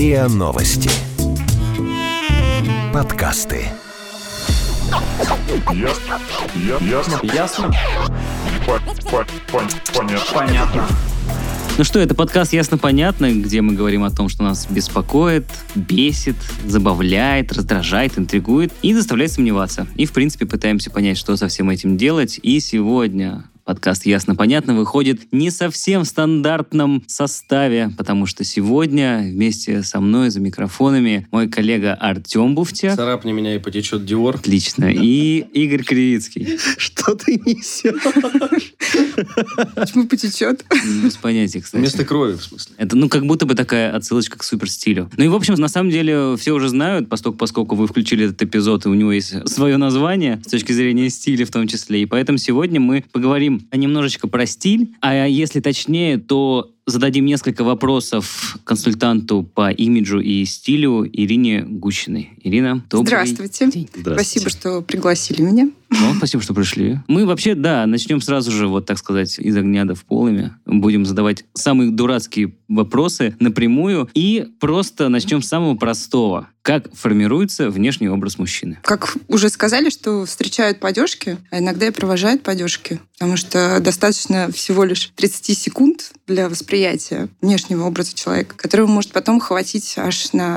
РИА Новости. Подкасты. Ясно? Понятно. Ну что, это подкаст «Ясно-понятно», где мы говорим о том, что нас беспокоит, бесит, забавляет, раздражает, интригует и заставляет сомневаться. И, в принципе, пытаемся понять, что со всем этим делать. И сегодня подкаст «Ясно-понятно» выходит не совсем в стандартном составе, потому что сегодня вместе со мной за микрофонами мой коллега Артем Буфтя. Царапни меня и потечет Диор. Отлично. И Игорь Кривицкий. Что ты несешь? Почему потечет? Без понятия, кстати. Вместо крови, в смысле. Это, как будто бы такая отсылочка к суперстилю. Ну и, в общем, на самом деле, все уже знают, поскольку вы включили этот эпизод, и у него есть свое название, с точки зрения стиля в том числе. И поэтому сегодня мы поговорим немножечко про стиль, а если точнее, то зададим несколько вопросов консультанту по имиджу и стилю Ирине Гущиной. Ирина, добрый Здравствуйте. день. Спасибо, что пригласили меня. Спасибо, что пришли. Мы вообще, начнем сразу же, так сказать, из огня до в полыми. Будем задавать самые дурацкие вопросы напрямую и просто начнем с самого простого. Как формируется внешний образ мужчины? Как уже сказали, что встречают по одежке, а иногда и провожают по одежке. Потому что достаточно всего лишь 30 секунд для восприятия внешнего образа человека, которого может потом хватить аж на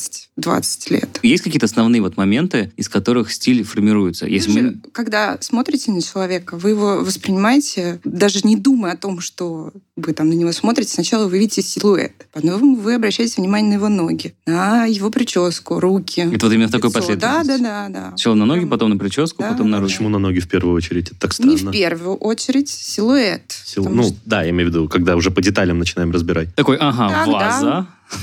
15-20 лет. Есть какие-то основные моменты, из которых стиль формируется? Когда смотрите на человека, вы его воспринимаете, даже не думая о том, что вы там на него смотрите, сначала вы видите силуэт. Потом вы обращаете внимание на его ноги, на его прическу, руки. Это именно в такой последовательности? Да. Сначала на ноги, потом на прическу, потом на руки. Почему на ноги в первую очередь? Это так странно. Не в первую очередь силуэт. Да, я имею в виду, когда уже по деталям начинаем разбирать. Такой, ваза.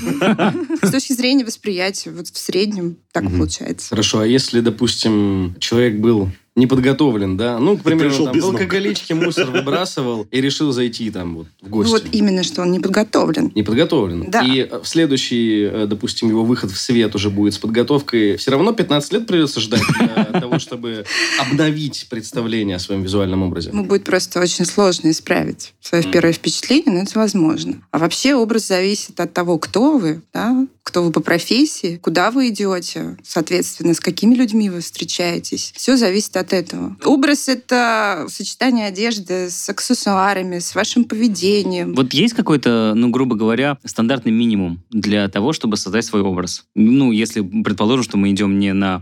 С точки зрения восприятия, в среднем так получается. Хорошо, а если, допустим, человек был не подготовлен, да? К примеру, в алкоголичке мусор выбрасывал и решил зайти в гости. Вот именно, что он не подготовлен. Не подготовлен. Да. И в следующий, допустим, его выход в свет уже будет с подготовкой. Все равно 15 лет придется ждать для того, чтобы обновить представление о своем визуальном образе. Будет просто очень сложно исправить свое первое впечатление, но это возможно. А вообще образ зависит от того, кто вы, да? Кто вы по профессии, куда вы идете, соответственно, с какими людьми вы встречаетесь. Все зависит от этого. Образ — это сочетание одежды с аксессуарами, с вашим поведением. Есть какой-то, грубо говоря, стандартный минимум для того, чтобы создать свой образ? Если предположим, что мы идем не на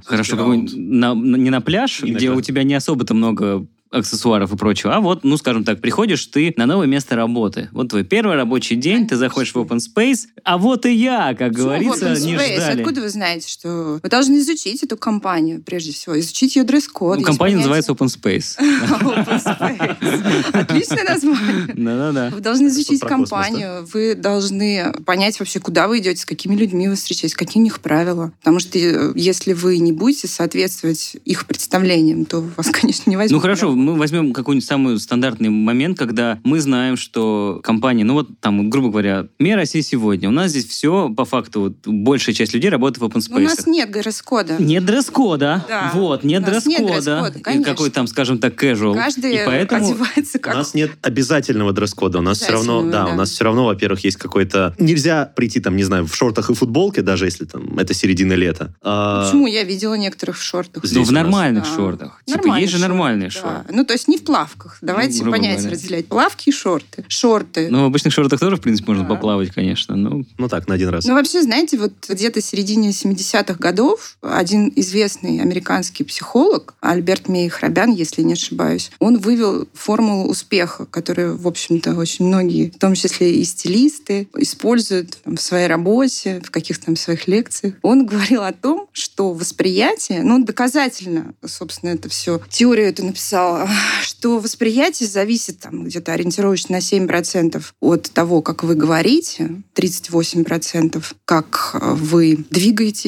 не на пляж, где у тебя не особо-то много аксессуаров и прочего, а скажем так, приходишь ты на новое место работы. Твой первый рабочий день, ты заходишь в Open Space, а и я, как говорится, не ждали. Откуда вы знаете, что вы должны изучить эту компанию, прежде всего, изучить ее дресс-код. Компания называется Open Space. Open Space. Отличное название. Да. Вы должны изучить компанию, вы должны понять вообще, куда вы идете, с какими людьми вы встречаетесь, какие у них правила. Потому что если вы не будете соответствовать их представлениям, то вас, конечно, не возьмут. Хорошо, мы возьмем какой-нибудь самый стандартный момент, когда мы знаем, что компания, грубо говоря, «Мир России сегодня». У нас здесь все, по факту, большая часть людей работает в Open Space. У нас нет дресс-кода. Нет дресс-кода. Да. Нет дресс-кода. Какой там, скажем так, casual. Каждый одевается как... У нас нет обязательного дресс-кода. У нас все равно, у нас все равно, во-первых, есть какой-то... Нельзя прийти, в шортах и футболке, даже если это середина лета. Почему? Я видела некоторых в шортах. В нормальных шортах. Есть же нормальные шорты. То есть не в плавках. Давайте понятия разделять. Плавки и шорты. Шорты. В обычных шортах тоже, в принципе, можно поплавать, конечно. Так, на один раз. Вообще, знаете, где-то в середине 70-х годов один известный американский психолог, Альберт Мейхрабян, если не ошибаюсь, он вывел формулу успеха, которую, в общем-то, очень многие, в том числе и стилисты, используют в своей работе, в каких-то своих лекциях. Он говорил о том, что восприятие, доказательно, собственно, это все, теорию это написал, что восприятие зависит где-то ориентировочно на 7% от того, как вы говорите, 38% как вы двигаетесь,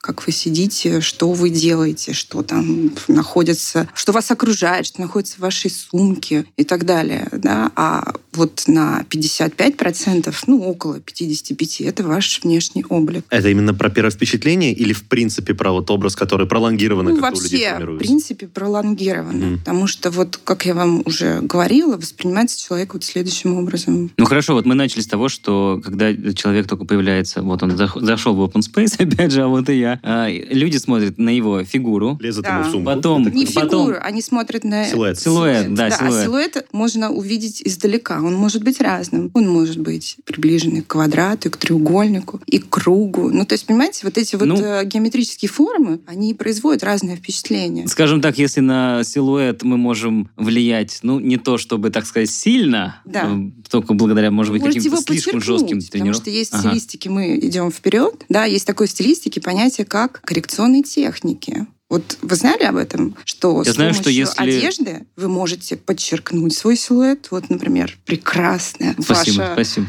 как вы сидите, что вы делаете, что там находится, что вас окружает, что находится в вашей сумке и так далее. Да? А вот на 55%, около 55%, это ваш внешний облик. Это именно про первое впечатление или в принципе про вот образ, который пролонгированно как-то у людей вообще, формируется? В принципе, пролонгированно. Потому что, вот, как я вам уже говорила, воспринимается человек вот следующим образом. Ну хорошо, вот мы начали с того, что когда человек только появляется, вот он зашел в open space, опять же, а вот и я, люди смотрят на его фигуру. Лезут ему в сумку. Потом, Не фигуру, они смотрят на... Силуэт, да, А силуэт можно увидеть издалека. Он может быть разным. Он может быть приближенный к квадрату, к треугольнику, и к кругу. То есть, понимаете, вот эти геометрические формы, они производят разные впечатления. Скажем так, если на силуэт мы можем влиять, не то чтобы, так сказать, сильно, только благодаря, может быть, каким-то слишком жестким тренировкам. Потому что есть стилистики, мы идем вперед, да, есть такой стилистики понятие, как коррекционные техники. Вот вы знали об этом, что с помощью одежды вы можете подчеркнуть свой силуэт? Вот, например, прекрасная Спасибо.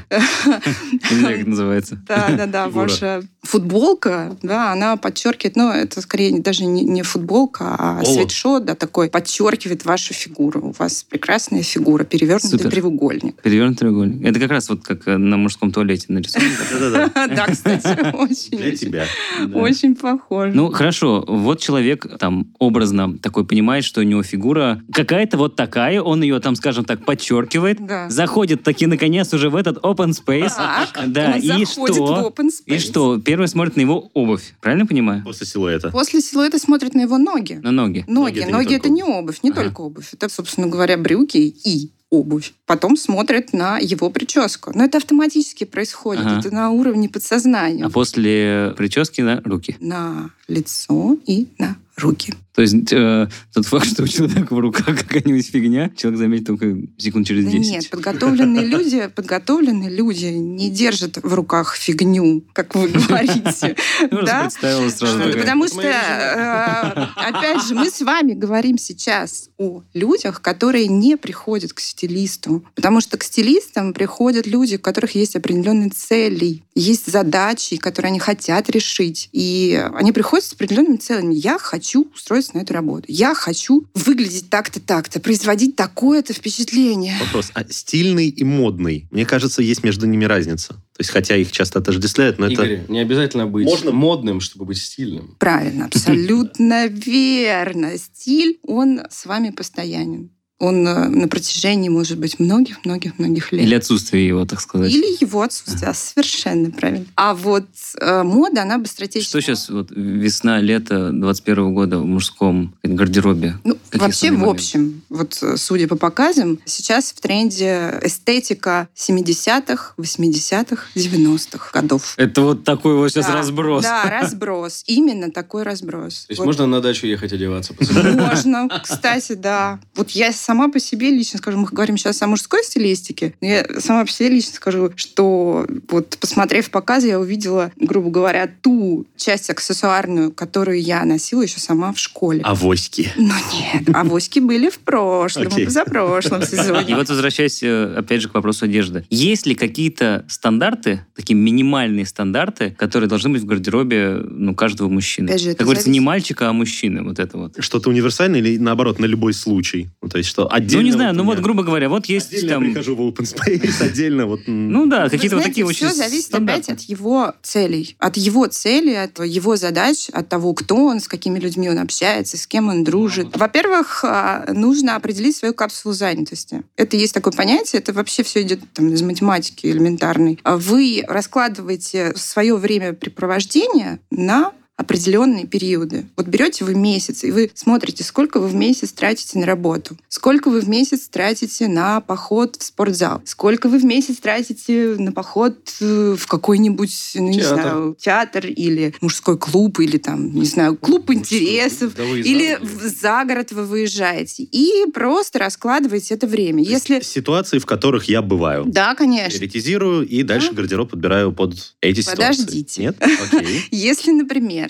Не знаю, как называется. Да, ваша футболка, да, она подчеркивает, это скорее даже не футболка, а свитшот, да, такой, подчеркивает вашу фигуру. У вас прекрасная фигура, перевернутый треугольник. Перевернутый треугольник. Это как раз вот как на мужском туалете нарисовано. Да, кстати, очень. Для тебя. Очень похоже. Хорошо, вот человек там образно такой понимает, что у него фигура какая-то вот такая, он ее там, скажем так, подчеркивает, заходит таки наконец уже в этот open space. Да, и что? И что? Первый смотрит на его обувь, правильно понимаю? После силуэта. После силуэта смотрит на его ноги. На ноги. Ноги это не обувь, не только обувь. Это, собственно говоря, брюки и обувь. Потом смотрят на его прическу. Но это автоматически происходит. Это на уровне подсознания. А после прически на руки? На лицо и на руки. То есть тот факт, что у человека в руках какая-нибудь фигня, человек заметит только секунд через 10. Нет, подготовленные люди не держат в руках фигню, как вы говорите. Представила сразу. Потому что, опять же, мы с вами говорим сейчас о людях, которые не приходят к стилисту. Потому что к стилистам приходят люди, у которых есть определенные цели, есть задачи, которые они хотят решить. И они приходят с определенными целями. Я хочу устроиться на эту работу. Я хочу выглядеть так-то, так-то, производить такое-то впечатление. Вопрос. А стильный и модный? Мне кажется, есть между ними разница. То есть, хотя их часто отождествляют, но Игорь, это... не обязательно быть модным, чтобы быть стильным. Правильно, абсолютно верно. Стиль, он с вами постоянен. Он на протяжении, может быть, многих-многих-многих лет. Или отсутствие его, так сказать. Или его отсутствие. Совершенно правильно. А вот мода, она быстротечная. Что сейчас весна, лето 21 года в мужском гардеробе? Вообще, в общем, судя по показам, сейчас в тренде эстетика 70-х, 80-х, 90-х годов. Это вот такой вот сейчас разброс. Да, разброс. Именно такой разброс. То есть можно на дачу ехать одеваться? Можно, кстати, да. Вот я сама по себе лично скажу, мы говорим сейчас о мужской стилистике, но я сама по себе лично скажу, что посмотрев показы, я увидела, грубо говоря, ту часть аксессуарную, которую я носила еще сама в школе. Авоськи. Нет, авоськи были в прошлом, в позапрошлом сезоне. И возвращаясь, опять же, к вопросу одежды. Есть ли какие-то стандарты, такие минимальные стандарты, которые должны быть в гардеробе каждого мужчины? Опять же, как говорится, не мальчика, а мужчины. Вот это вот. Что-то универсальное или, наоборот, на любой случай? То есть, что отдельно... не знаю, грубо говоря, есть отдельно там... я прихожу в open space, отдельно какие-то такие очень все зависит опять от его целей. От его цели, от его задач, от того, кто он, с какими людьми он общается, с кем он дружит. Во-первых, нужно определить свою капсулу занятости. Это есть такое понятие, это вообще все идет из математики элементарной. Вы раскладываете свое времяпрепровождение на определенные периоды. Берете вы месяц, и вы смотрите, сколько вы в месяц тратите на работу, сколько вы в месяц тратите на поход в спортзал, сколько вы в месяц тратите на поход в какой-нибудь, театр или мужской клуб, или клуб интересов, или за город вы выезжаете. И просто раскладываете это время. Если... Ситуации, в которых я бываю. Да, конечно. Приоритизирую и дальше гардероб подбираю под эти ситуации. Подождите. Нет? Окей. Если, например, например,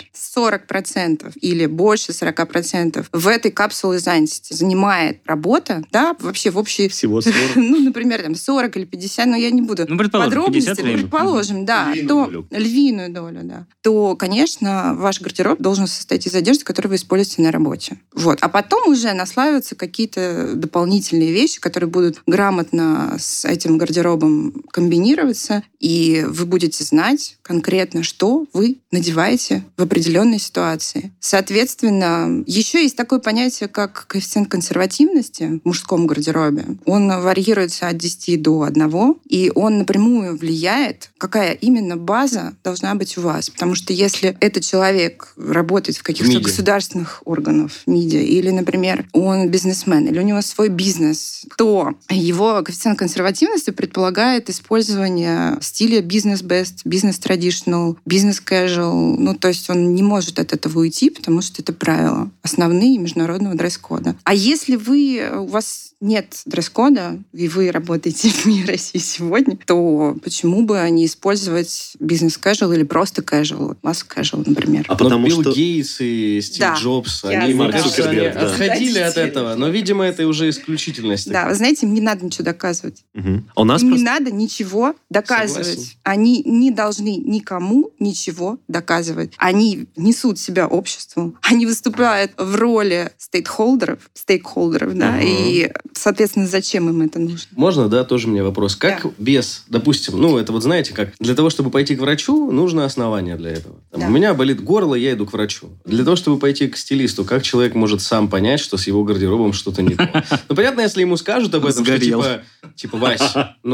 40% или больше 40% в этой капсуле занятости занимает работа, да, вообще в общей... Всего 40. Ну, например, там 40 или 50, но я не буду подробности. Предположим, да. Львиную долю, да. То, конечно, ваш гардероб должен состоять из одежды, которую вы используете на работе. Вот. А потом уже наслаиваются какие-то дополнительные вещи, которые будут грамотно с этим гардеробом комбинироваться, и вы будете знать конкретно, что вы надеваете в определенной ситуации. Соответственно, еще есть такое понятие, как коэффициент консервативности в мужском гардеробе. Он варьируется от 10 до 1, и он напрямую влияет, какая именно база должна быть у вас. Потому что если этот человек работает в каких-то государственных органах, МИДе, или, например, он бизнесмен, или у него свой бизнес, то его коэффициент консервативности предполагает использование стиля бизнес-бест, бизнес-традиционал, бизнес-кэжуал. Ну, то есть он не может от этого уйти, потому что это правила основные международного дресс-кода. А если у вас нет дресс-кода, и вы работаете в МИДе России сегодня, то почему бы не использовать бизнес-кэжуал или просто кэжуал, масс-кэжуал, например. А потому Билл Гейтс и Стив Джобс, они отходили от этого, но, видимо, это уже исключительность. Да, вы знаете, им не надо ничего доказывать. Им не надо ничего доказывать. Согласен. Они не должны никому ничего доказывать. Они несут себя обществу, они выступают в роли стейкхолдеров, да, и, соответственно, зачем им это нужно? Можно, да, тоже мне вопрос. Как без, допустим, это вот знаете, как для того, чтобы пойти к врачу, нужно основание для этого. У меня болит горло, я иду к врачу. Для того, чтобы пойти к стилисту, как человек может сам понять, что с его гардеробом что-то не то? Ну, понятно, если ему скажут об этом, что типа, Вась,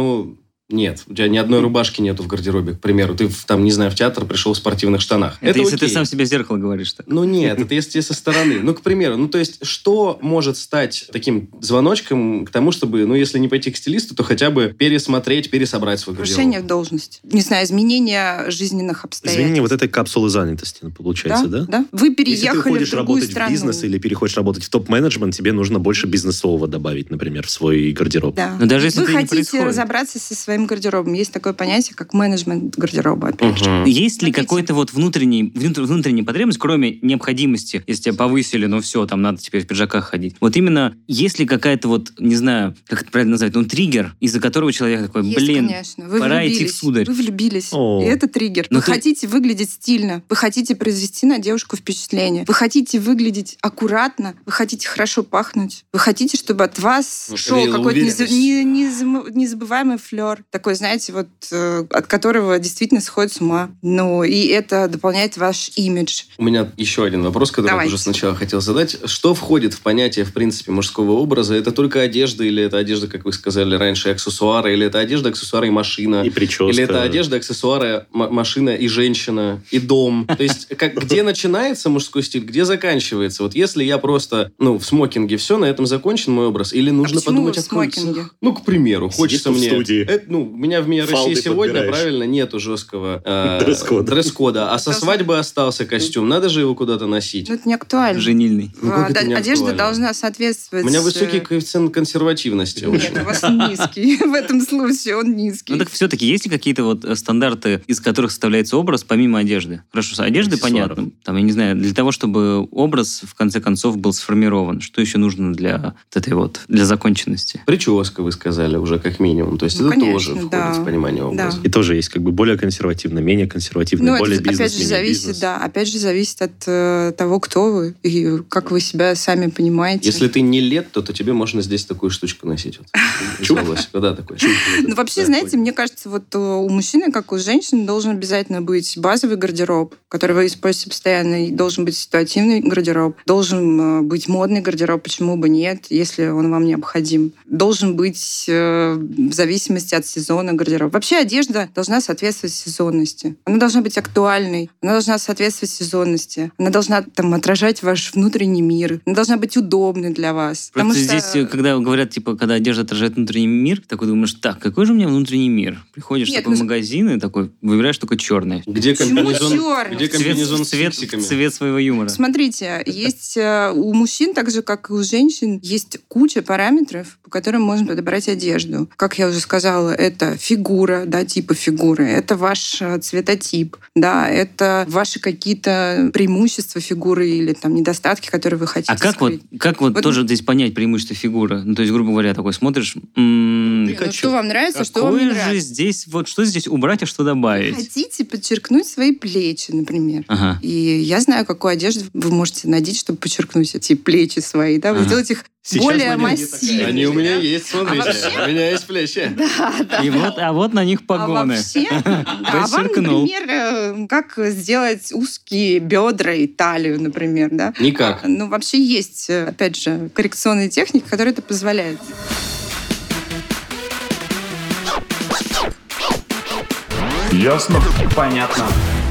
нет, у тебя ни одной рубашки нету в гардеробе, к примеру. Ты, там, не знаю, в театр пришел в спортивных штанах. Это если окей. Ты сам себе в зеркало говоришь. Так. Ну нет, это если тебе со стороны. К примеру, то есть, что может стать таким звоночком к тому, чтобы, если не пойти к стилисту, то хотя бы пересобрать свой гардероб? Повышение в должности. Не знаю, изменение жизненных обстоятельств. Изменение вот этой капсулы занятости, получается, да? Да. Вы переехали в другую страну. Если ты уходишь работать в бизнес или переходишь работать в топ-менеджмент, тебе нужно больше бизнесового добавить, например, в свой гардероб. Да. Но даже если вы хотите разобраться со своим гардеробом. Есть такое понятие, как менеджмент гардероба, опять же. Есть ли какой-то внутренняя потребность, кроме необходимости, если тебя повысили, все, там надо теперь в пиджаках ходить. Вот именно, есть ли какая-то не знаю, как это правильно назвать, триггер, из-за которого человек такой, конечно. Пора идти в сударь. Вы влюбились. И это триггер. Вы хотите выглядеть стильно. Вы хотите произвести на девушку впечатление. Вы хотите выглядеть аккуратно. Вы хотите хорошо пахнуть. Вы хотите, чтобы от вас шел какой-то незабываемый флер. Такой, знаете, от которого действительно сходит с ума. И это дополняет ваш имидж. У меня еще один вопрос, который я уже сначала хотел задать. Что входит в понятие, в принципе, мужского образа? Это только одежда, или это одежда, как вы сказали раньше, аксессуары, или это одежда, аксессуары и машина? И прическа. Или это одежда, аксессуары, машина и женщина, и дом? То есть, где начинается мужской стиль, где заканчивается? Вот если я просто, в смокинге, все, на этом закончен мой образ? Или нужно подумать о кольцах? К примеру, хочется мне... У меня в МИДе России сегодня, подбираешь. Правильно, нету жесткого дресс-кода. А со свадьбы остался костюм. Надо же его куда-то носить. Это не актуально. Женильный. Одежда должна соответствовать... У меня высокий коэффициент консервативности. Нет, у вас низкий. В этом случае он низкий. Так все-таки есть ли какие-то стандарты, из которых составляется образ, помимо одежды? Хорошо, с одеждой понятно. Там, я не знаю, для того, чтобы образ, в конце концов, был сформирован, что еще нужно для для законченности? Прическа, вы сказали, уже как минимум. То есть это тоже входит в понимание образа. И тоже есть более консервативно, менее консервативно, более бизнес, менее бизнес. Да, опять же, зависит от того, кто вы и как вы себя сами понимаете. Если ты не лет, то тебе можно здесь такую штучку носить. Да, такой. Вообще, знаете, мне кажется, у мужчины, как у женщины, должен обязательно быть базовый гардероб, который вы используете постоянно. Должен быть ситуативный гардероб. Должен быть модный гардероб, почему бы нет, если он вам необходим. Должен быть в зависимости от сезона гардероб. Вообще одежда должна соответствовать сезонности. Она должна быть актуальной, она должна соответствовать сезонности, она должна отражать ваш внутренний мир, она должна быть удобной для вас. Просто здесь, когда говорят, когда одежда отражает внутренний мир, такой думаешь, какой же у меня внутренний мир? Приходишь в такой магазин и выбираешь только черный. Где комбинезон с фиксиками? Цвет своего юмора. Смотрите, есть у мужчин, так же, как и у женщин, есть куча параметров, по которым можно подобрать одежду. Как я уже сказала, это фигура, да, типа фигуры, это ваш цветотип, да, это ваши какие-то преимущества фигуры или там недостатки, которые вы хотите скрыть. Как тоже здесь понять преимущество фигуры? Ну, то есть, грубо говоря, такой смотришь... Что вам нравится, что вам не нравится? Здесь, что здесь убрать, а что добавить? Вы хотите подчеркнуть свои плечи, например. Ага. И я знаю, какую одежду вы можете надеть, чтобы подчеркнуть эти плечи свои, да, вы сделаете их более массивными. Они у меня есть, смотрите. У меня есть плечи. Да. Вот на них погоны. А вам, например, как сделать узкие бедра и талию, например, да? Никак. Ну, вообще есть, опять же, коррекционные техники, которые это позволяют. Ясно? Понятно.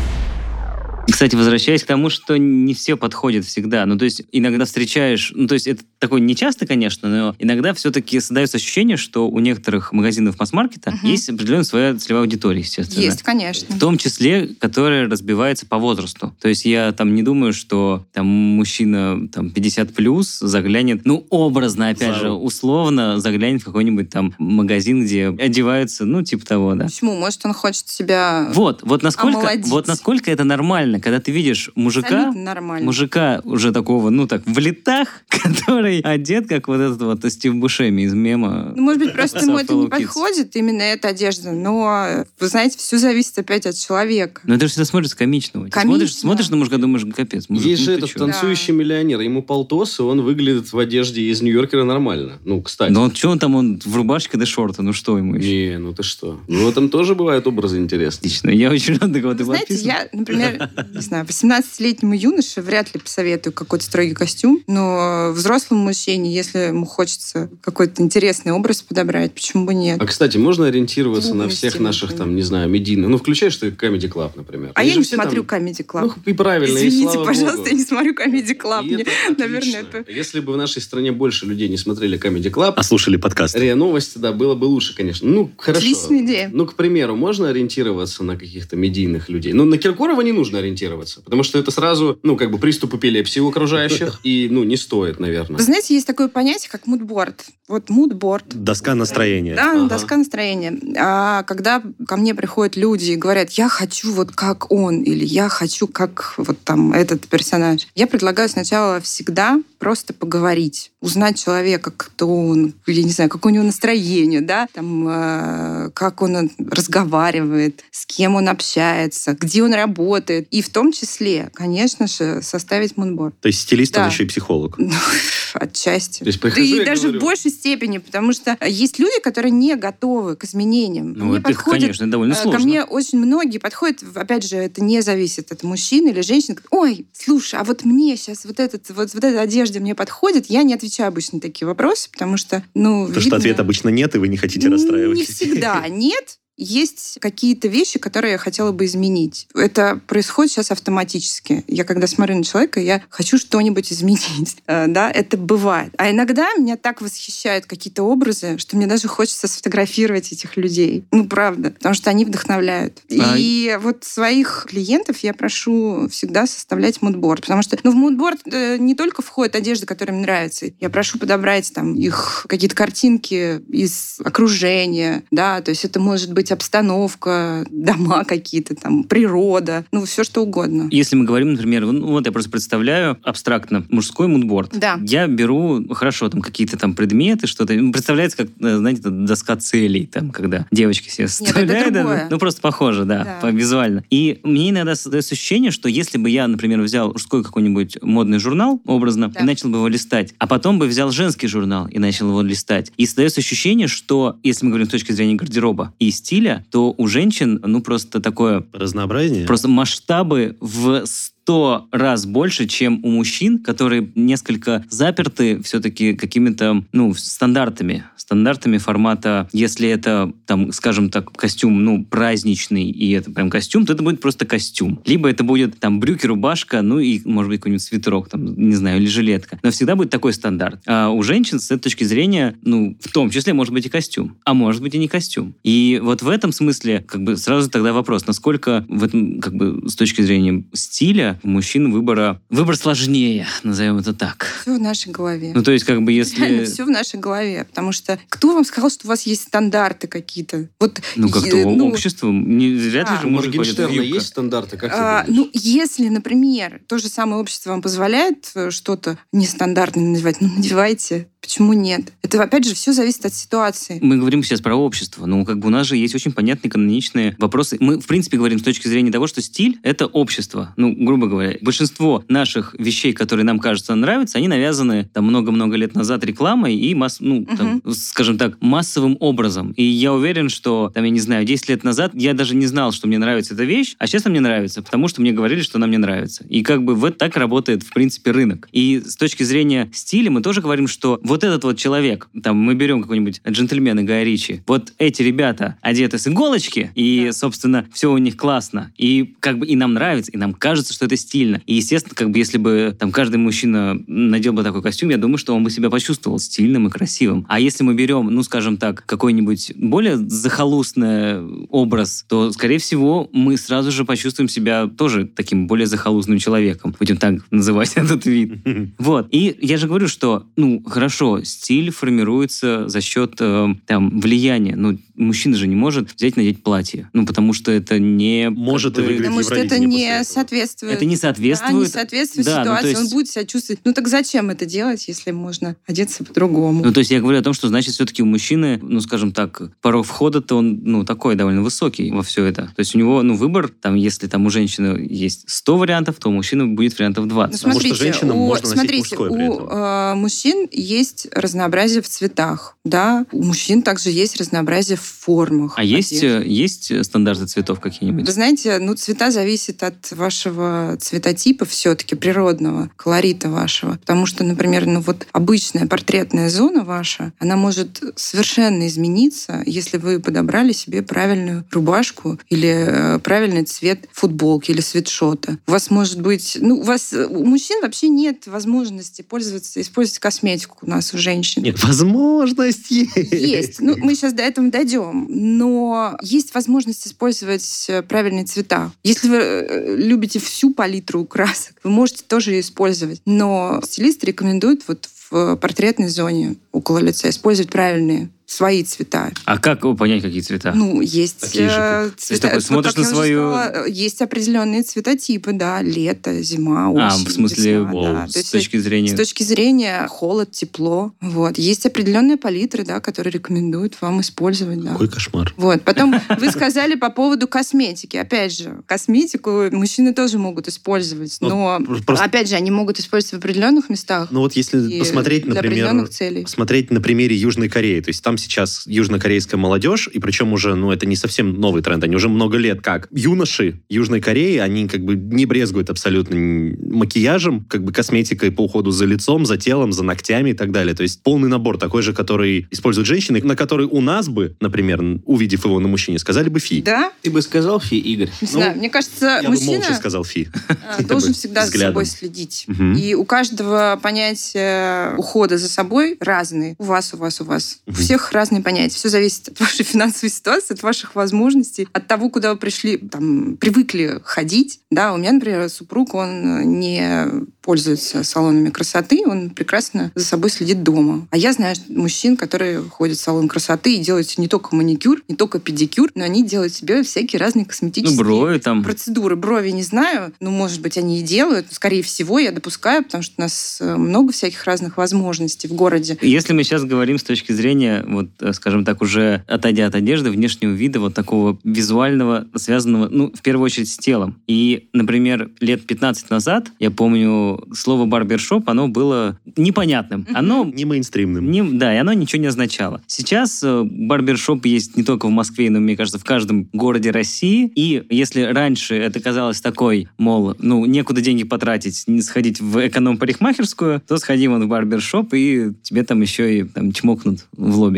Кстати, возвращаясь к тому, что не все подходит всегда. Ну, то есть, иногда встречаешь... Ну, то есть, это такое нечасто, конечно, но иногда все-таки создается ощущение, что у некоторых магазинов масс-маркета есть определенная своя целевая аудитория, естественно. Есть, конечно. В том числе, которая разбивается по возрасту. То есть, я там не думаю, что там мужчина там 50+, заглянет, ну, образно, опять же, условно, заглянет в какой-нибудь там магазин, где одеваются, ну, типа того, да. Почему? Может, он хочет себя Вот насколько это нормально, когда ты видишь мужика уже такого, ну так, в летах, который одет, как вот этот вот Стив Бушеми из мема. Ну, может быть, просто ему это не подходит, именно эта одежда, но, вы знаете, все зависит опять от человека. Но это же всегда смотрится комично. Смотришь на мужика, думаешь, капец. Мужик, есть же этот танцующий миллионер, ему полтос, и он выглядит в одежде из Нью-Йоркера нормально. Ну, кстати. Ну, что он в рубашке да шорты, ну что ему еще? Не, ну ты что. Ну, в этом тоже бывают образы интересные. Отлично, я очень рад, кого ты знаете, подписан. я, например, не знаю, 18-летнему юноше вряд ли посоветую какой-то строгий костюм, но взрослому мужчине, если ему хочется какой-то интересный образ подобрать, почему бы нет? А, кстати, можно ориентироваться на всех наших, там, не знаю, медийных... Ну, включаешь ты Comedy Club, например. А я не смотрю Comedy Club. Ну, и правильно, извините, и пожалуйста, Богу. я не смотрю Comedy Club. Мне, наверное, это... Если бы в нашей стране больше людей не смотрели Comedy Club... А слушали подкаст. РИА Новости, да, было бы лучше, конечно. Ну, хорошо. Отличная идея. Ну, к примеру, можно ориентироваться на каких-то медийных людей. Ну, на Киркорова не нужно ориентироваться, потому что это сразу, ну, как бы приступ эпилепсии у окружающих, и, ну, не стоит, наверное. Вы знаете, есть такое понятие, как мудборд. Вот мудборд. Доска настроения. Да, доска настроения. А когда ко мне приходят люди и говорят, я хочу вот как он, или я хочу как вот там этот персонаж, я предлагаю сначала всегда просто поговорить, узнать человека, кто он, я не знаю, какое у него настроение, да, там, как он разговаривает, с кем он общается, где он работает. И в том числе, конечно же, составить мудборд. То есть стилист, он еще и психолог. Отчасти. То есть прихожу, и даже в большей степени, потому что есть люди, которые не готовы к изменениям. Ну, это, конечно, довольно сложно. Ко мне очень многие подходят, опять же, это не зависит от мужчины или женщины. Ой, слушай, а вот мне сейчас вот эта одежда мне подходит. Я не отвечаю обычно на такие вопросы, потому что, ну, потому что ответа обычно нет, и вы не хотите расстраивать. Не всегда нет. Есть какие-то вещи, которые я хотела бы изменить. Это происходит сейчас автоматически. Я когда смотрю на человека, я хочу что-нибудь изменить. Да, это бывает. А иногда меня так восхищают какие-то образы, что мне даже хочется сфотографировать этих людей. Ну, правда. Потому что они вдохновляют. И вот своих клиентов я прошу всегда составлять мудборд. Потому что в мудборд не только входит одежда, которая им нравится. Я прошу подобрать там их какие-то картинки из окружения. Да, то есть это может быть обстановка, дома какие-то там, природа, ну, все что угодно. Если мы говорим, например, вот я просто представляю абстрактно мужской мудборд. Да. Я беру, хорошо, там какие-то там предметы, что-то. Представляется, как, знаете, доска целей, там, когда девочки себе составляют. Нет, ну, просто похоже, да, визуально. И мне иногда создается ощущение, что если бы я, например, взял мужской какой-нибудь модный журнал, образно, и начал бы его листать, а потом бы взял женский журнал и начал его листать. И создается ощущение, что, если мы говорим с точки зрения гардероба и стиля, то у женщин, ну, просто такое... Разнообразие? Просто масштабы в 100 раз больше, чем у мужчин, которые несколько заперты все-таки какими-то, ну, стандартами формата, если это, там, скажем так, костюм, ну, праздничный, и это прям костюм, то это будет просто костюм. Либо это будет, там, брюки, рубашка, ну, и, может быть, какой-нибудь свитерок, там, не знаю, или жилетка. Но всегда будет такой стандарт. А у женщин, с этой точки зрения, ну, в том числе, может быть и костюм, а может быть и не костюм. И вот в этом смысле, как бы, сразу тогда вопрос, насколько в этом, как бы, с точки зрения стиля, у мужчин выбор сложнее, назовем это так. Все в нашей голове. Ну, то есть, как бы, если... Реально, все в нашей голове. Потому что кто вам сказал, что у вас есть стандарты какие-то? Вот, как-то общество... Вряд ли же У мужик ходит в Моргенштерна юбках. есть стандарты? Как ты думаешь? Если, например, то же самое общество вам позволяет что-то нестандартное надевать, надевайте. Почему нет? Это, опять же, все зависит от ситуации. Мы говорим сейчас про общество. Ну, как бы у нас же есть очень понятные каноничные вопросы. Мы, в принципе, говорим с точки зрения того, что стиль — это общество. Ну, грубо говоря, большинство наших вещей, которые нам кажутся нравятся, они навязаны там много-много лет назад рекламой и, скажем так, массовым образом. И я уверен, что, там, я не знаю, 10 лет назад я даже не знал, что мне нравится эта вещь, а сейчас она мне нравится, потому что мне говорили, что она мне нравится. И как бы вот так работает, в принципе, рынок. И с точки зрения стиля мы тоже говорим, что вот этот вот человек, там, мы берем какой-нибудь джентльмена Гая Ричи, вот эти ребята одеты с иголочки, и, собственно, все у них классно, и как бы и нам нравится, и нам кажется, что это стильно. И, естественно, как бы если бы там каждый мужчина надел бы такой костюм, я думаю, что он бы себя почувствовал стильным и красивым. А если мы берем, ну, скажем так, какой-нибудь более захолустный образ, то, скорее всего, мы сразу же почувствуем себя тоже таким более захолустным человеком. Будем так называть этот вид. Вот. И я же говорю, что, хорошо, стиль формируется за счет влияния. Мужчина же не может взять и надеть платье. Потому что это не... Может и выиграть Потому что это не соответствует. Это не соответствует. Не соответствует ситуации. Он будет себя чувствовать. Так зачем это делать, если можно одеться по-другому? То есть я говорю о том, что, значит, все-таки у мужчины, скажем так, порог входа-то он, такой довольно высокий во все это. То есть у него, выбор, если там у женщины есть 100 вариантов, то у мужчины будет вариантов 20. Потому что женщинам можно носить мужское при этом. У мужчин есть разнообразие в цветах, да. У мужчин также есть разнообразие в формах. А есть стандарты цветов какие-нибудь? Вы знаете, цвета зависят от вашего цветотипа все-таки, природного, колорита вашего. Потому что, например, обычная портретная зона ваша, она может совершенно измениться, если вы подобрали себе правильную рубашку или правильный цвет футболки или свитшота. У вас может быть... у мужчин вообще нет возможности использовать косметику у нас, у женщин. Нет, возможность есть. Есть. Мы сейчас до этого дойдем. Но есть возможность использовать правильные цвета. Если вы любите всю палитру красок, вы можете тоже ее использовать. Но стилисты рекомендуют в портретной зоне около лица использовать правильные свои цвета. А как понять, какие цвета? Есть цвета. Такой смотришь на свою... Есть определенные цветотипы, да, лето, зима, осень, в смысле, весна, да. с точки зрения... С точки зрения холод, тепло. Есть определенные палитры, да, которые рекомендуют вам использовать. Да. Какой кошмар. Потом вы сказали по поводу косметики. Опять же, косметику мужчины тоже могут использовать, но, опять же, они могут использовать в определенных местах. Если посмотреть, например, посмотреть на примере Южной Кореи, то есть там сейчас южнокорейская молодежь, и причем уже, это не совсем новый тренд, они уже много лет как. Юноши Южной Кореи, они как бы не брезгуют абсолютно макияжем, как бы косметикой по уходу за лицом, за телом, за ногтями и так далее. То есть полный набор такой же, который используют женщины, на который у нас бы, например, увидев его на мужчине, сказали бы фи. Да? Ты бы сказал фи, Игорь? Не знаю, мне кажется, я мужчина... бы молча сказал фи. Должен всегда за собой следить. И у каждого понятия ухода за собой разные. У вас. У всех разные понятия. Все зависит от вашей финансовой ситуации, от ваших возможностей, от того, куда вы пришли, привыкли ходить. Да, у меня, например, супруг, он не пользуется салонами красоты, он прекрасно за собой следит дома. А я знаю мужчин, которые ходят в салон красоты и делают не только маникюр, не только педикюр, но они делают себе всякие разные косметические брови там. Процедуры. Брови не знаю, может быть, они и делают. Скорее всего, я допускаю, потому что у нас много всяких разных возможностей в городе. Если мы сейчас говорим с точки зрения, скажем так, уже отойдя от одежды, внешнего вида, такого визуального, связанного, в первую очередь, с телом. И, например, лет 15 назад, я помню, слово барбершоп, оно было непонятным. Оно не мейнстримным. Да, и оно ничего не означало. Сейчас барбершоп есть не только в Москве, но, мне кажется, в каждом городе России. И если раньше это казалось такой, мол, некуда деньги потратить, не сходить в эконом-парикмахерскую, то сходи в барбершоп, и тебе там еще и чмокнут в лобик.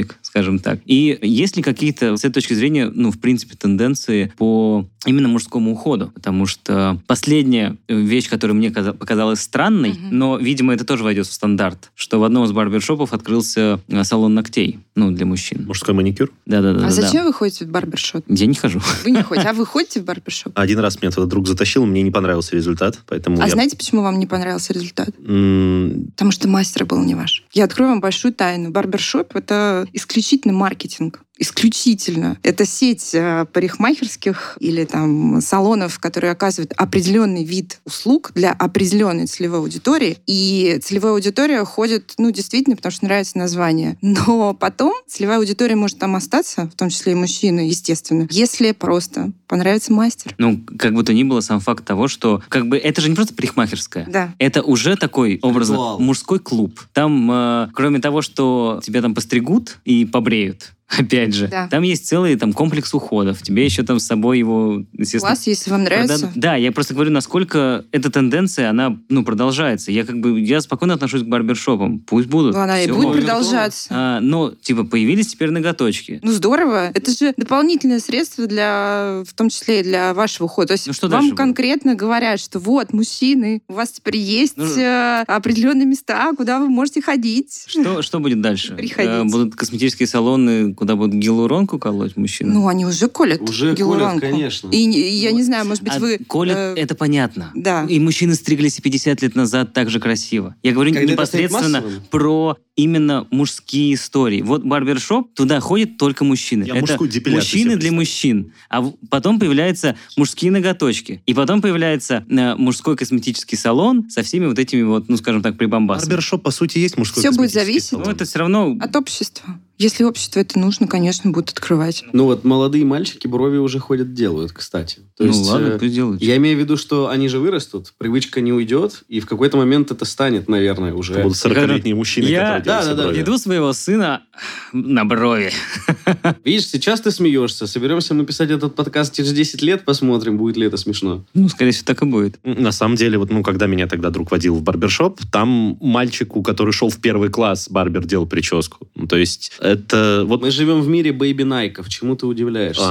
барбершопик, скажем так. И есть ли какие-то, с этой точки зрения, в принципе, тенденции по именно мужскому уходу? Потому что последняя вещь, которая мне показалась странной, но, видимо, это тоже войдет в стандарт, что в одном из барбершопов открылся салон ногтей, для мужчин. Мужской маникюр? Да. А зачем вы ходите в барбершоп? Я не хожу. Вы не ходите, а вы ходите в барбершоп? Один раз меня туда друг затащил, мне не понравился результат, поэтому знаете, почему вам не понравился результат? Потому что мастер был не ваш. Я открою вам большую тайну. Барбершоп — это исключительно маркетинг. Исключительно. Это сеть парикмахерских или там салонов, которые оказывают определенный вид услуг для определенной целевой аудитории. И целевая аудитория ходит, действительно, потому что нравится название. Но потом целевая аудитория может там остаться, в том числе и мужчины, естественно, если просто понравится мастер. Как бы то ни было, сам факт того, что это же не просто парикмахерская. Да. Это уже такой образно мужской клуб. Там, кроме того, что тебя там постригут и побреют, опять же. Да. Там есть целый комплекс уходов. Тебе еще там с собой его, естественно... Класс, если вам нравится. Да, я просто говорю, насколько эта тенденция, она, продолжается. Я спокойно отношусь к барбершопам. Пусть будут. Она и будет продолжаться. Но, появились теперь ноготочки. Здорово. Это же дополнительное средство в том числе и для вашего ухода. То есть вам конкретно говорят, что вот, мужчины, у вас теперь есть определенные места, куда вы можете ходить. Что будет дальше? Приходите. Будут косметические салоны, куда будут гиалуронку колоть мужчины? Они уже колят гиалуронку. Колят, конечно. И я не знаю, может быть, вы... Колят, это понятно. Да. И мужчины стриглись и 50 лет назад так же красиво. Я говорю непосредственно про именно мужские истории. Вот барбершоп, туда ходят только мужчины. Это мужчины для мужчин. А потом появляются мужские ноготочки. И потом появляется мужской косметический салон со всеми вот этими скажем так, прибамбасами. Барбершоп, по сути, есть мужской Все косметический будет зависеть салон. Это все равно... от общества. Если обществу это нужно, конечно, будут открывать. Молодые мальчики брови уже ходят, делают, кстати. То есть, ладно, пусть делают. Я имею в виду, что они же вырастут, привычка не уйдет, и в какой-то момент это станет, наверное, уже... Это будут 40-летние мужчины, которые делают себе брови. Веду своего сына на брови. Видишь, сейчас ты смеешься. Соберемся мы писать этот подкаст через 10 лет, посмотрим, будет ли это смешно. Скорее всего, так и будет. На самом деле, когда меня тогда друг водил в барбершоп, там мальчику, который шел в 1 класс, барбер делал прическу. То есть это... Мы живем в мире бэйби-найков. Чему ты удивляешься?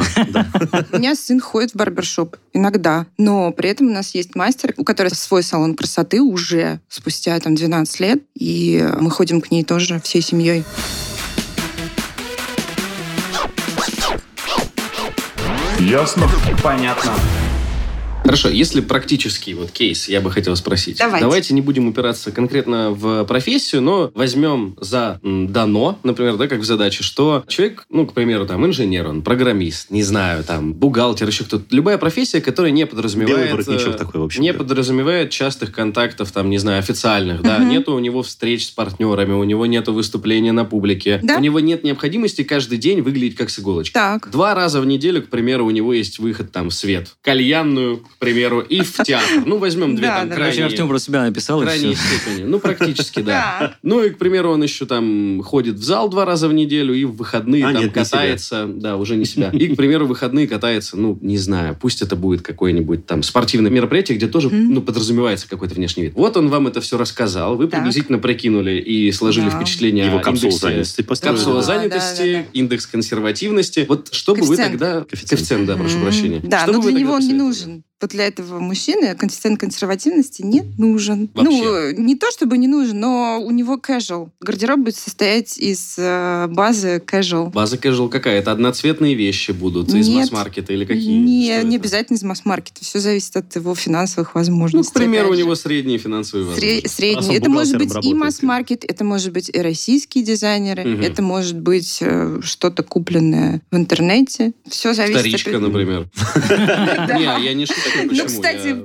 У меня сын ходит в барбершоп иногда, но при этом у нас есть мастер, у которой свой салон красоты уже спустя 12 лет, и мы ходим к ней тоже всей семьей. Ясно? Понятно. Хорошо, если практический кейс, я бы хотел спросить. Давайте не будем упираться конкретно в профессию, но возьмем за дано, например, как в задаче, что человек, к примеру, инженер, он программист, не знаю, бухгалтер, еще кто-то. Любая профессия, которая не подразумевает... Белый воротничок такой, в общем. Не подразумевает частых контактов, не знаю, официальных, да. Нету у него встреч с партнерами, у него нету выступления на публике. Да? У него нет необходимости каждый день выглядеть как с иголочки. Так. 2 раза в неделю, к примеру, у него есть выход в свет. Кальянную, к примеру, и в театр. Возьмем 2 крайние... Короче, Артем про себя написал, и крайние степени. Практически, да. И, к примеру, он еще ходит в зал 2 раза в неделю и в выходные катается. Да, уже не себя. И, к примеру, в выходные катается, не знаю, пусть это будет какое-нибудь спортивное мероприятие, где тоже, подразумевается какой-то внешний вид. Вот он вам это все рассказал, вы приблизительно прикинули и сложили впечатление его о индексе. Капсула занятости, индекс консервативности. Вот что бы вы тогда... Коэффициент, да, прошу прощения. Да, но для него он не нужен. Вот для этого мужчины коэффициент консервативности не нужен. Вообще. Не то чтобы не нужен, но у него casual. Гардероб будет состоять из базы casual. База casual какая? Это одноцветные вещи будут из масс-маркета или какие? Не обязательно из масс-маркета. Все зависит от его финансовых возможностей. К примеру, у него средние финансовые возможности. Средние. Это может быть и масс-маркет, это может быть и российские дизайнеры, это может быть что-то купленное в интернете. Все зависит от... Вторичка, например. Не, я не шучу. Ну, кстати,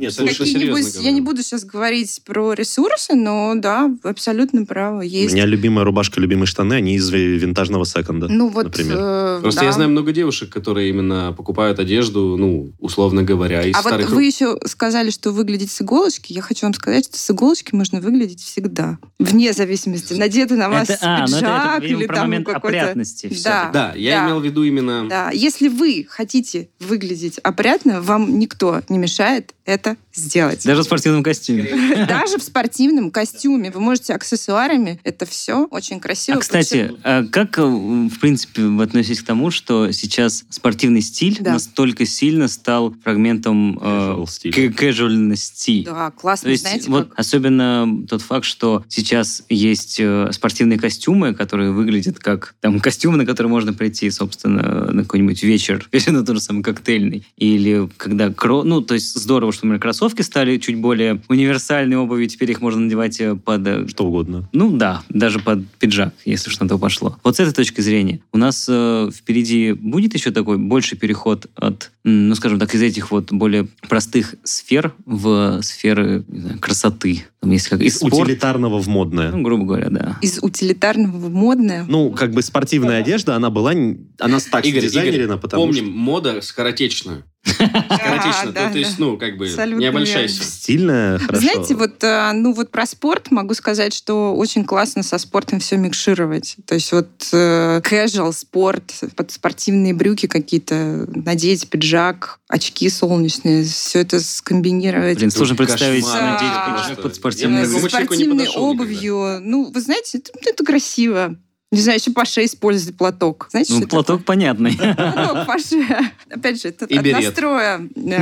я не буду сейчас говорить про ресурсы, но да, абсолютно право. Есть. У меня любимая рубашка, любимые штаны, они из винтажного секонда, например. Просто я знаю много девушек, которые именно покупают одежду, условно говоря, из старых... Вот вы еще сказали, что выглядеть с иголочки. Я хочу вам сказать, что с иголочки можно выглядеть всегда. Вне зависимости, надето на вас пиджак или про момент опрятности. Да, я имел в виду именно... Да, если вы хотите выглядеть опрятно, вам никто не мешает это сделать. Даже в спортивном костюме. Даже в спортивном костюме. Вы можете аксессуарами. Это все очень красиво. Кстати, как, в принципе, вы относитесь к тому, что сейчас спортивный стиль настолько сильно стал фрагментом casualности? Да, классно. То есть, знаете, вот как... особенно тот факт, что сейчас есть спортивные костюмы, которые выглядят как там костюмы, на которые можно прийти, собственно, на какой-нибудь вечер, или на тот же самый коктейльный. Или когда... Ну, то есть здорово, что, например, кроссовки стали чуть более универсальной обувью, теперь их можно надевать под... Что угодно. Ну да, даже под пиджак, если уж на то пошло. Вот с этой точки зрения. У нас впереди будет еще такой больший переход от, ну, скажем так, из этих вот более простых сфер в сферы, не знаю, красоты. Там есть как из утилитарного в модное. Ну, грубо говоря, да. Из утилитарного в модное? Ну, как бы спортивная одежда, она так дизайнерена, потому помним, мода скоротечная. Скоротечно. То есть, ну, как бы, не обольщайся. Стильная, хорошо. Знаете, вот про спорт могу сказать, что очень классно со спортом все микшировать. То есть вот casual спорт, под спортивные брюки какие-то, надеть пиджак, очки солнечные, все это скомбинировать. Блин, сложно представить, надеть пиджак под спортивной обувью. Ну, вы знаете, это красиво. Не знаю, еще Паше использовать платок. Знаете, что платок такое? Понятный. Платок Паше. Опять же, это от настроя.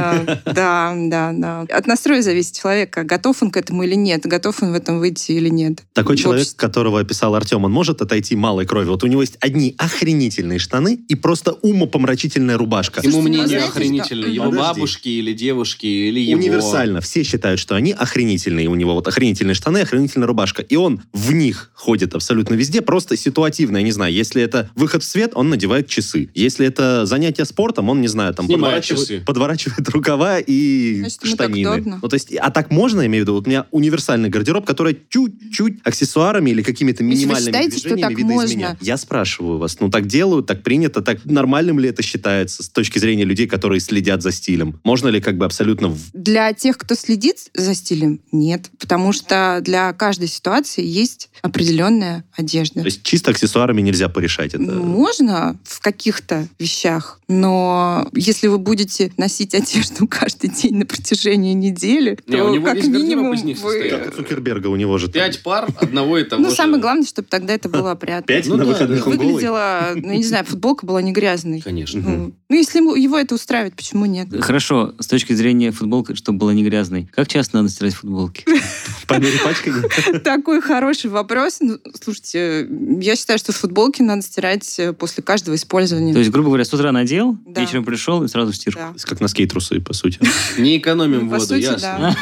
Да. От настроя зависит человека, готов он к этому или нет, готов он в этом выйти или нет. Такой человек, которого описал Артем, он может отойти малой крови. Вот у него есть одни охренительные штаны и просто умопомрачительная рубашка. Ему мнение охренительное. Его бабушки или девушки, или его... Универсально. Все считают, что они охренительные. У него вот охренительные штаны, охренительная рубашка. И он в них ходит абсолютно везде, просто ситуативно, я не знаю, если это выход в свет, он надевает часы. Если это занятие спортом, он, не знаю, там подворачивает рукава и штанины. Ну, то есть, а так можно, я имею в виду, вот у меня универсальный гардероб, который чуть-чуть аксессуарами или какими-то минимальными движениями видоизменяет. Я спрашиваю вас, ну так делают, так принято, так нормальным ли это считается с точки зрения людей, которые следят за стилем? Можно ли как бы абсолютно... Для тех, кто следит за стилем, нет. Потому что для каждой ситуации есть определенная одежда. То есть чисто аксессуарами нельзя порешать это? Можно в каких-то вещах, но если вы будете носить одежду каждый день на протяжении недели, то как минимум вы... Как у Цукерберга, у него же... 5 пар одного и того же. Ну, самое главное, чтобы тогда это было опрятно. 5 на выходных он голый? Выглядела, ну, не знаю, футболка была не грязной. Конечно. Ну, если его это устраивает, почему нет? Хорошо, с точки зрения футболки, чтобы была не грязной. Как часто надо стирать футболки? По мере пачкания? Такой хороший вопрос. Слушайте, я считаю, что футболки надо стирать после каждого использования. То есть, грубо говоря, с утра надел, вечером пришел и сразу в стирку. Да. Как носки и трусы, по сути. Не экономим По воду, сути, ясно.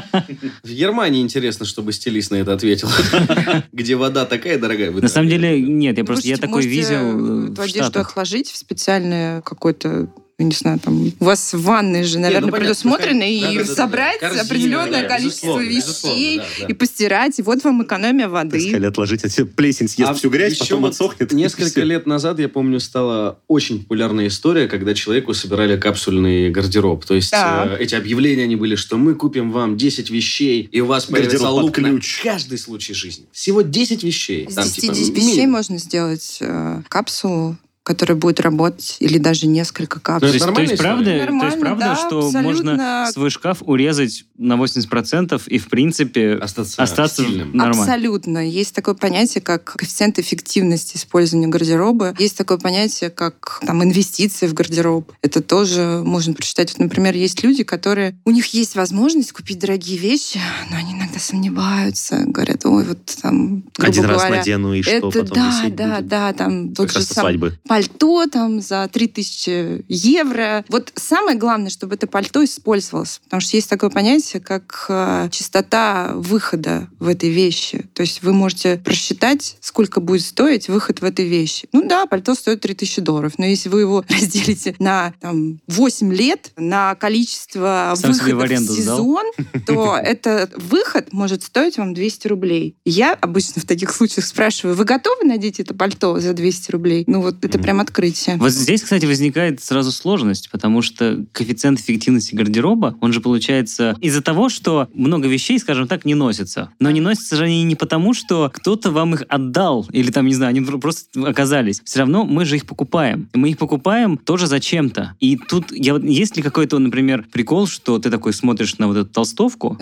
В Германии интересно, чтобы стилист на это ответил. Где вода такая дорогая. На самом деле, нет, я такой видел эту одежду охладить в специальное какое-то, я не знаю, там, у вас в ванной же, наверное, предусмотрено, и собрать определенное количество вещей, и постирать, и вот вам экономия воды. Сказали отложить, а плесень съест всю грязь, потом отсохнет. Несколько лет назад, я помню, стала очень популярная история, когда человеку собирали капсульный гардероб. То есть эти объявления, они были, что мы купим вам 10 вещей, и у вас появится лук на каждый случай жизни. Всего 10 вещей. Из 10 вещей можно сделать капсулу, которая будет работать, или даже несколько капсул. То есть правда, что абсолютно... можно свой шкаф урезать на 80% и, в принципе, остаться нормально? Абсолютно. Есть такое понятие, как коэффициент эффективности использования гардероба. Есть такое понятие, как там, инвестиции в гардероб. Это тоже можно прочитать. Вот, например, есть люди, которые... У них есть возможность купить дорогие вещи, но они иногда сомневаются. Говорят, ой, вот там, грубо один говоря, раз надену, и что потом висеть будет? Да, там тот же свадьбы. Пальто там за 3000 евро. Вот самое главное, чтобы это пальто использовалось. Потому что есть такое понятие, как частота выхода в этой вещи. То есть вы можете просчитать, сколько будет стоить выход в этой вещи. Ну да, пальто стоит $3000. Но если вы его разделите на 8 лет, на количество выходов в сезон, то этот выход может стоить вам 200 рублей. Я обычно в таких случаях спрашиваю, вы готовы надеть это пальто за 200 рублей? Ну вот это прям открытие. Вот здесь, кстати, возникает сразу сложность, потому что коэффициент эффективности гардероба, он же получается из-за того, что много вещей, скажем так, не носятся. Но не носятся же они не потому, что кто-то вам их отдал, или там, не знаю, они просто оказались. Все равно мы же их покупаем. И мы их покупаем тоже зачем-то. И тут есть ли какой-то, например, прикол, что ты такой смотришь на вот эту толстовку,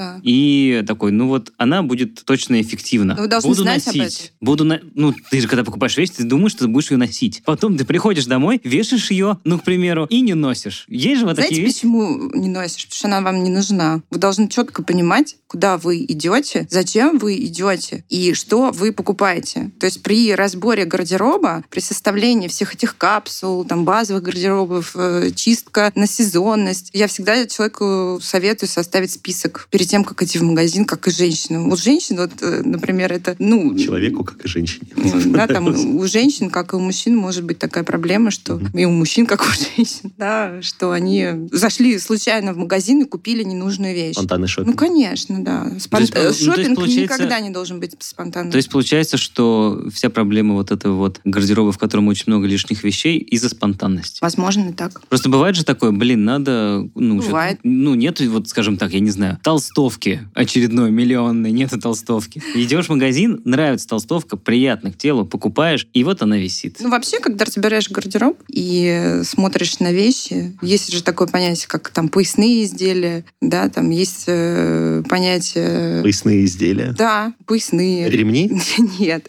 и такой, ну вот она будет точно эффективна. Вы должны знать носить. Ну, ты же когда покупаешь вещь, ты думаешь, что ты будешь ее носить. Потом ты приходишь домой, вешаешь ее, ну, к примеру, и не носишь. Есть же вот такие вещи. Знаете, почему не носишь? Потому что она вам не нужна. Вы должны четко понимать, куда вы идете, зачем вы идете и что вы покупаете. То есть при разборе гардероба, при составлении всех этих капсул, там, базовых гардеробов, чистка на сезонность, я всегда человеку советую составить список перед тем, как идти в магазин, как и женщинам. У женщин, вот, например, это, человеку, как и женщине. Да, там у женщин, как и у мужчин, может быть такая проблема, что и у мужчин, как и у женщин, да, что они зашли случайно в магазин и купили ненужную вещь. Спонтанный шопинг. Ну, конечно, да. Шопинг никогда не должен быть спонтанным. То есть получается, что вся проблема вот этого вот гардероба, в котором очень много лишних вещей, из-за спонтанности. Возможно, и так. Просто бывает же такое, надо... Бывает. Нет, вот, скажем так, я не знаю, толстовки очередной, миллионной, нету толстовки. Идешь в магазин, нравится толстовка, приятно к телу, покупаешь, и вот она висит. Вообще, когда разбираешь гардероб и смотришь на вещи, есть же такое понятие, как там поясные изделия, да, там есть понятие... Поясные изделия? Да, поясные. Ремни? Нет,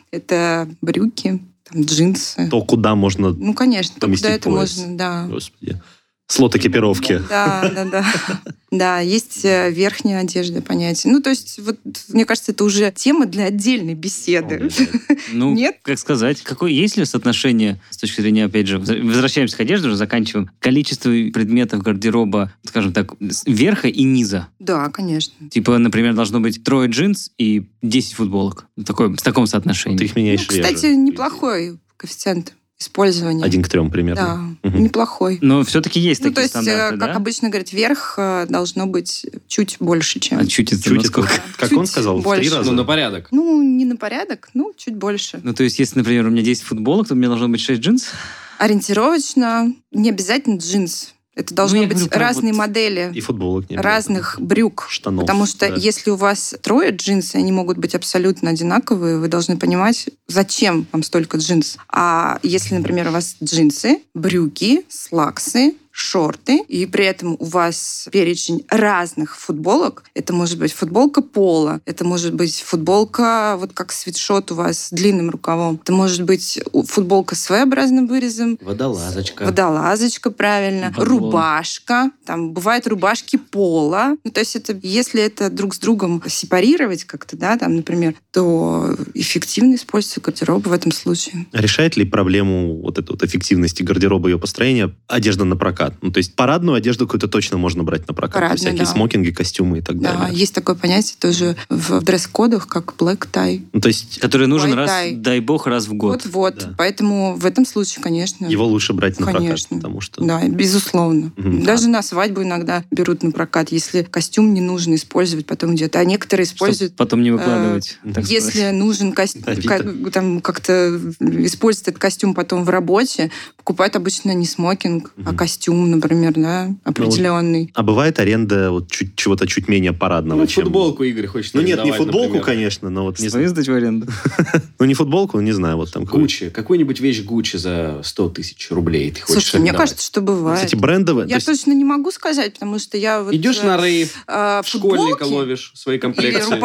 это брюки, там, джинсы. То, куда можно конечно, то, куда это пояс. можно, да. Господи. Слот экипировки. Да. Да, есть верхняя одежда, понятие. То есть, вот, мне кажется, это уже тема для отдельной беседы. Нет? Как сказать, какое есть ли соотношение, с точки зрения, опять же, возвращаемся к одежде, уже заканчиваем, количество предметов гардероба, скажем так, верха и низа? Да, конечно. Типа, например, должно быть 3 джинс и 10 футболок. В таком соотношении. Ты их меняешь реже. Кстати, неплохой коэффициент использования. 1 к 3 примерно. Да, неплохой. Но все-таки есть такие то есть, стандарты, как обычно говорят, верх должно быть чуть больше, чем... А чуть это насколько? Как он сказал, в 3 раза? На порядок. Не на порядок, чуть больше. То есть, если, например, у меня 10 футболок, то у меня должно быть 6 джинс? Ориентировочно. Не обязательно джинс. Это должны быть разные модели. И футболок не разных брюк. Штанов. Потому что если у вас 3 джинсы, они могут быть абсолютно одинаковые, вы должны понимать, зачем вам столько джинс. А если, например, у вас джинсы, брюки, слаксы, шорты, и при этом у вас перечень разных футболок. Это может быть футболка поло, это может быть футболка, вот как свитшот у вас с длинным рукавом. Это может быть футболка с V-образным вырезом. Водолазочка, правильно. Рубашка. Там бывают рубашки поло. То есть если это друг с другом сепарировать как-то, да, там, например, то эффективно используется гардероб в этом случае. Решает ли проблему вот этой вот эффективности гардероба, ее построения, одежда на прокат? То есть парадную одежду какую-то точно можно брать на прокат. Парадную, всякие смокинги, костюмы и так далее. Да, есть такое понятие тоже в дресс-кодах, как black tie. То есть... Который нужен дай бог, раз в год. Вот. Да. Поэтому в этом случае, конечно... Его лучше брать на прокат, потому что... Да, безусловно. Даже на свадьбу иногда берут на прокат, если костюм не нужно использовать потом где-то. А некоторые используют... Чтобы потом не выкладывать. Если нужен костюм, как-то использовать этот костюм потом в работе, покупают обычно не смокинг, а костюм, например, да, определенный. А бывает аренда чего-то чуть менее парадного, чем... Футболку Игорь хочет нет, не футболку, конечно, но вот... Свою сдать в аренду? Не футболку, не знаю, вот там... Гуччи. Какую-нибудь вещь Гуччи за 100 тысяч рублей ты хочешь Слушайте, мне кажется, что бывает. Кстати, брендовые... Я точно не могу сказать, потому что я вот... Идешь на рейв, школьника ловишь, свои комплекции. Или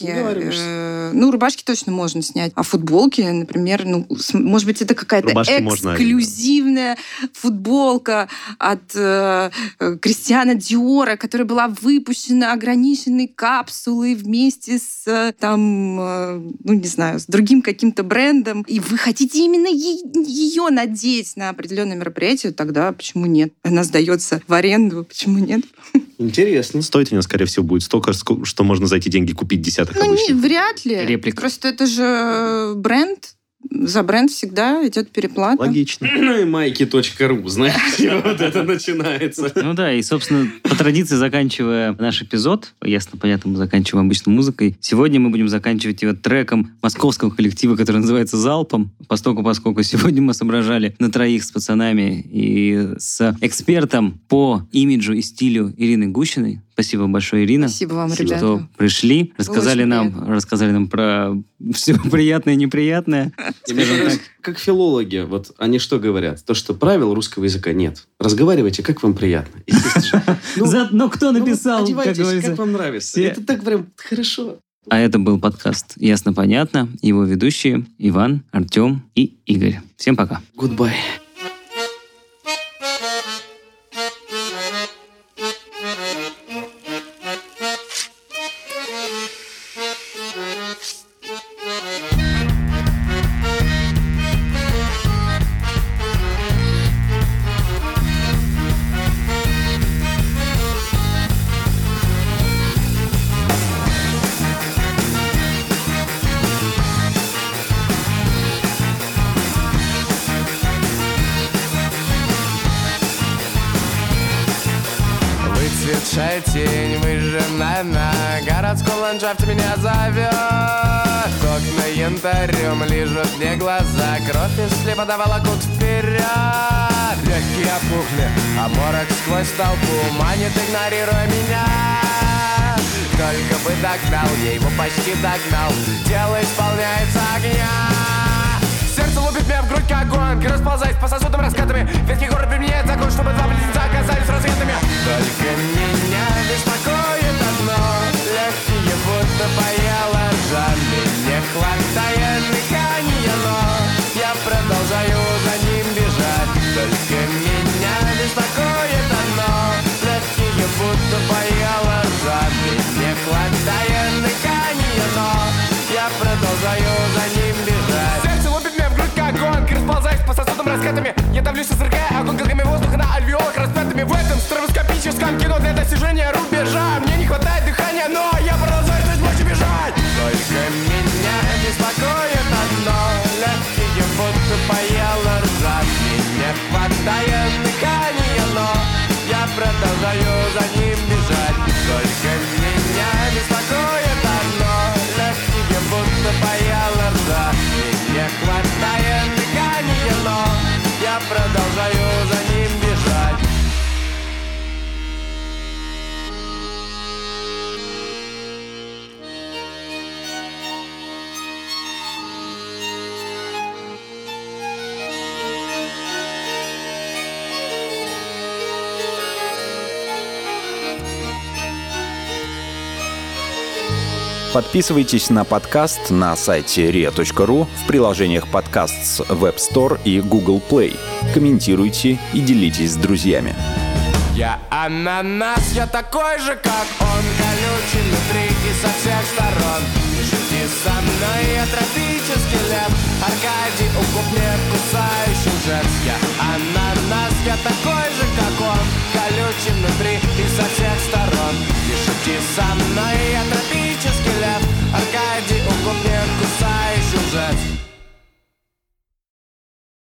рубашки. Рубашки точно можно снять. А футболки, например, может быть, это какая-то эксклюзивная футболка от Кристиана Диора, которая была выпущена ограниченной капсулой вместе с не знаю, с другим каким-то брендом, и вы хотите именно ее надеть на определенное мероприятие, тогда почему нет? Она сдается в аренду, почему нет? Интересно. Стоит у нее, скорее всего, будет столько, что можно за эти деньги купить десяток обычных. Вряд ли. Реплика. Просто это же бренд, За бренд всегда идет переплата. Логично. Ну и майки.ру, знаете, вот это начинается. Ну да, и, собственно, по традиции, заканчивая наш эпизод, ясно, понятно, мы заканчиваем обычно музыкой, сегодня мы будем заканчивать его треком московского коллектива, который называется «Залпом», поскольку сегодня мы соображали на троих с пацанами и с экспертом по имиджу и стилю Ирины Гущиной. Спасибо большое, Ирина. Спасибо вам, ребята. Что пришли, рассказали нам про все приятное и неприятное. Как филологи, вот они что говорят? То, что правил русского языка нет. Разговаривайте, как вам приятно. Но кто написал, одевайтесь, как говорится. как вам нравится. Это так прям хорошо. А это был подкаст «Ясно-понятно». Его ведущие Иван, Артем и Игорь. Всем пока. Goodbye. Выцветшая тень, выжженная на городском ландшафте меня зовет. Окна янтарем лижут мне глаза, кровь из слепа волокут вперед. Легкие опухли, а морок сквозь толпу манит, игнорируя меня. Только бы догнал, я его почти догнал, тело исполняется огня. Сердце лупит меня в грудь, как огонь, расползаясь по сосудам раскатами. Ветхий город применяет закон, чтобы два близнеца оказались разъедами. Только меня беспокоит одно, легкие будто поела ржа. Мне хватает дыхания, но я продолжаю за ним бежать. Только меня беспокоит одно, легкие будто поела ржа. Мне хватает дыхания, но я продолжаю за ним бежать. Сердце лупит меня в грудь, как огонь, расползаясь по сосудам раскатами. Я давлюсь, созрыгая огонь клыками воздуха на альвеолах распятыми. В этом стробоскопическом кино для достижения рубежа мне не хватает дыхания, но я продолжаю жить, мочь бежать. Только меня беспокоит одно, легкие будто поела ржа. Мне хватает дыхания, но я продолжаю за ним бежать. Только меня беспокоит одно, легкие будто поела ржа. Мне хватает дыхания, но я продолжаю за ним бежать. Подписывайтесь на подкаст на сайте ria.ru, в приложениях подкаст с Web Store и Google Play. Комментируйте и делитесь с друзьями. Я ананас, я такой же, как он, колючий внутри и со всех сторон. Пишите со мной, я тропический лев, Аркадий укупнет кусающий жест. Я ананас, я такой же, как он, колючий внутри и со всех сторон. Пишите со мной, я тропический